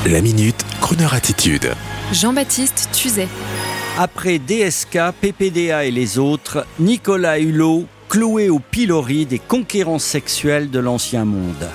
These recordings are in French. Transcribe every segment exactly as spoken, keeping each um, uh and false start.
La Minute, Kroneur Attitude. Jean-Baptiste Tuzet. Après D S K, P P D A et les autres, Nicolas Hulot, cloué au pilori des conquérants sexuels de l'ancien monde.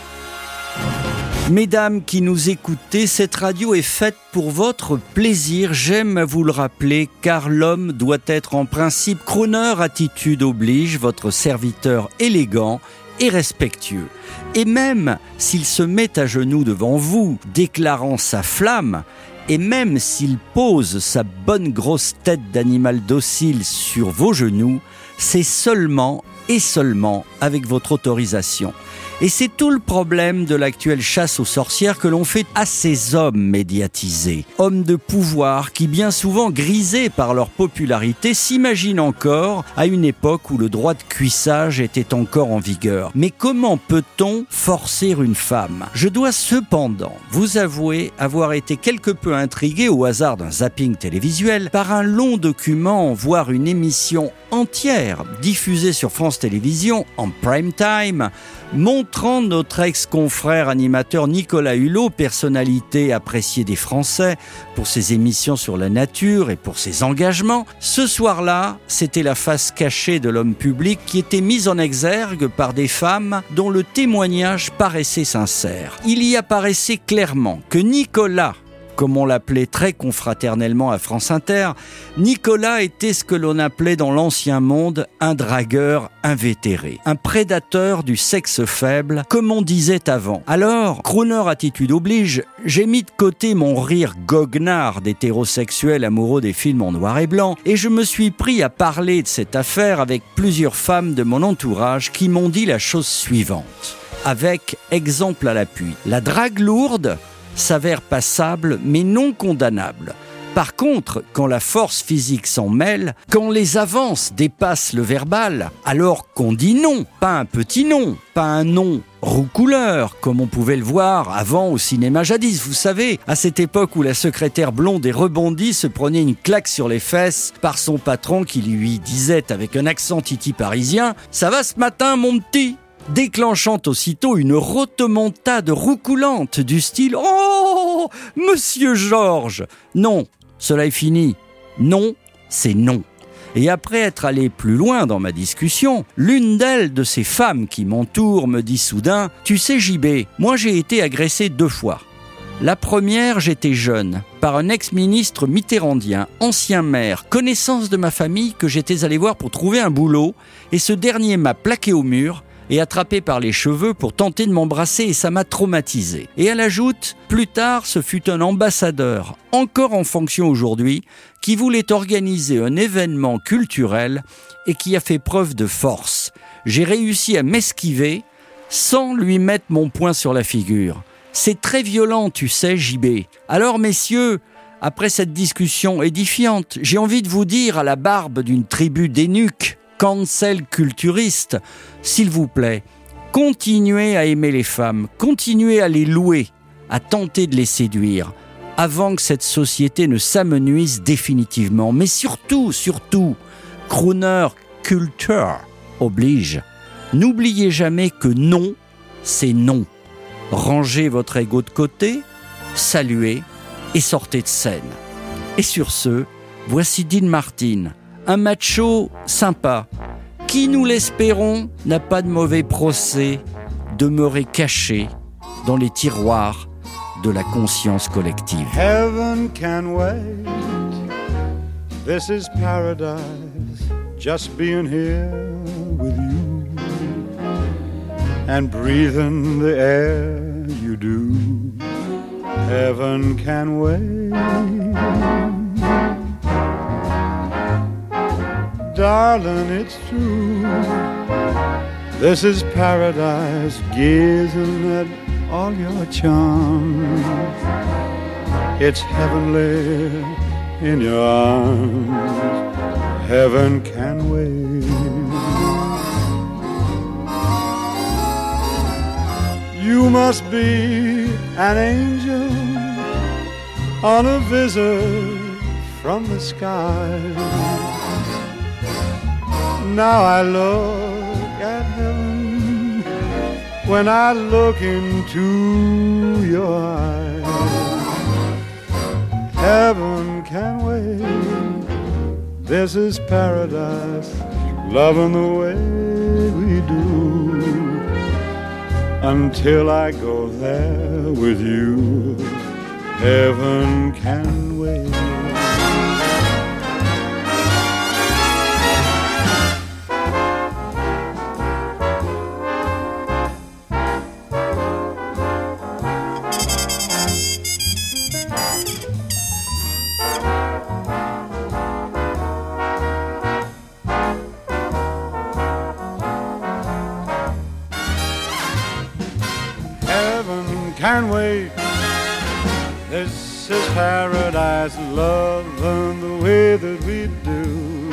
Mesdames qui nous écoutez, cette radio est faite pour votre plaisir, j'aime vous le rappeler, car l'homme doit être en principe Kroneur Attitude oblige, votre serviteur élégant et respectueux. Et même s'il se met à genoux devant vous, déclarant sa flamme, et même s'il pose sa bonne grosse tête d'animal docile sur vos genoux, c'est seulement et seulement avec votre autorisation. Et c'est tout le problème de l'actuelle chasse aux sorcières que l'on fait à ces hommes médiatisés. Hommes de pouvoir qui, bien souvent grisés par leur popularité, s'imaginent encore à une époque où le droit de cuissage était encore en vigueur. Mais comment peut-on forcer une femme ? Je dois cependant vous avouer avoir été quelque peu intrigué au hasard d'un zapping télévisuel par un long document, voire une émission entière diffusée sur France Télévisions en prime time, montrant notre ex-confrère animateur Nicolas Hulot, personnalité appréciée des Français pour ses émissions sur la nature et pour ses engagements. Ce soir-là, c'était la face cachée de l'homme public qui était mise en exergue par des femmes dont le témoignage paraissait sincère. Il y apparaissait clairement que Nicolas, comme on l'appelait très confraternellement à France Inter, Nicolas était ce que l'on appelait dans l'ancien monde un dragueur invétéré, un prédateur du sexe faible, comme on disait avant. Alors, Kroneur Attitude oblige, j'ai mis de côté mon rire goguenard d'hétérosexuels amoureux des films en noir et blanc, et je me suis pris à parler de cette affaire avec plusieurs femmes de mon entourage qui m'ont dit la chose suivante, avec exemple à l'appui. La drague lourde s'avère passable mais non condamnable. Par contre, quand la force physique s'en mêle, quand les avances dépassent le verbal, alors qu'on dit non, pas un petit non, pas un non roucouleur, comme on pouvait le voir avant au cinéma jadis. Vous savez, à cette époque où la secrétaire blonde et rebondie se prenait une claque sur les fesses par son patron qui lui disait avec un accent titi parisien « Ça va ce matin, mon petit ?» déclenchant aussitôt une rotomontade roucoulante du style « Oh, monsieur Georges !» Non, cela est fini. Non, c'est non. Et après être allé plus loin dans ma discussion, l'une d'elles, de ces femmes qui m'entourent, me dit soudain « Tu sais J B, moi j'ai été agressée deux fois. La première, j'étais jeune, par un ex-ministre mitterrandien, ancien maire, connaissance de ma famille que j'étais allé voir pour trouver un boulot, et ce dernier m'a plaqué au mur et attrapé par les cheveux pour tenter de m'embrasser et ça m'a traumatisé. Et elle ajoute, plus tard, ce fut un ambassadeur, encore en fonction aujourd'hui, qui voulait organiser un événement culturel et qui a fait preuve de force. J'ai réussi à m'esquiver sans lui mettre mon poing sur la figure. C'est très violent, tu sais, J B. Alors, messieurs, après cette discussion édifiante, j'ai envie de vous dire à la barbe d'une tribu d'énuques, cancel culturiste, s'il vous plaît, continuez à aimer les femmes, continuez à les louer, à tenter de les séduire, avant que cette société ne s'amenuise définitivement. Mais surtout, surtout, Kroneur Culture oblige. N'oubliez jamais que non, c'est non. Rangez votre ego de côté, saluez et sortez de scène. Et sur ce, voici Dean Martin, un macho sympa, qui, nous l'espérons, n'a pas de mauvais procès, demeuré caché dans les tiroirs de la conscience collective. Heaven can wait. This is paradise. Just being here with you and breathing the air you do. Heaven can wait. Darling, it's true. This is paradise, gazing at all your charms. It's heavenly in your arms. Heaven can wait. You must be an angel on a visit from the sky. Now I look at heaven when I look into your eyes. heaven can wait. This is paradise, loving the way we do. Until I go there with you, heaven can wait. Heaven can wait. This is paradise, loving the way that we do.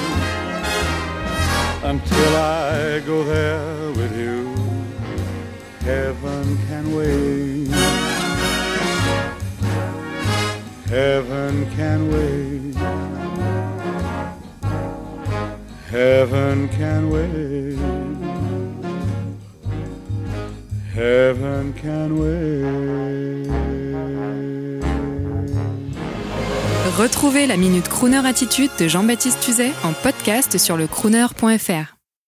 Until I go there with you, heaven can wait. Heaven can wait. Heaven can wait. Heaven can wait. Retrouvez la Minute Crooner Attitude de Jean-Baptiste Tuzet en podcast sur le crooner point f r.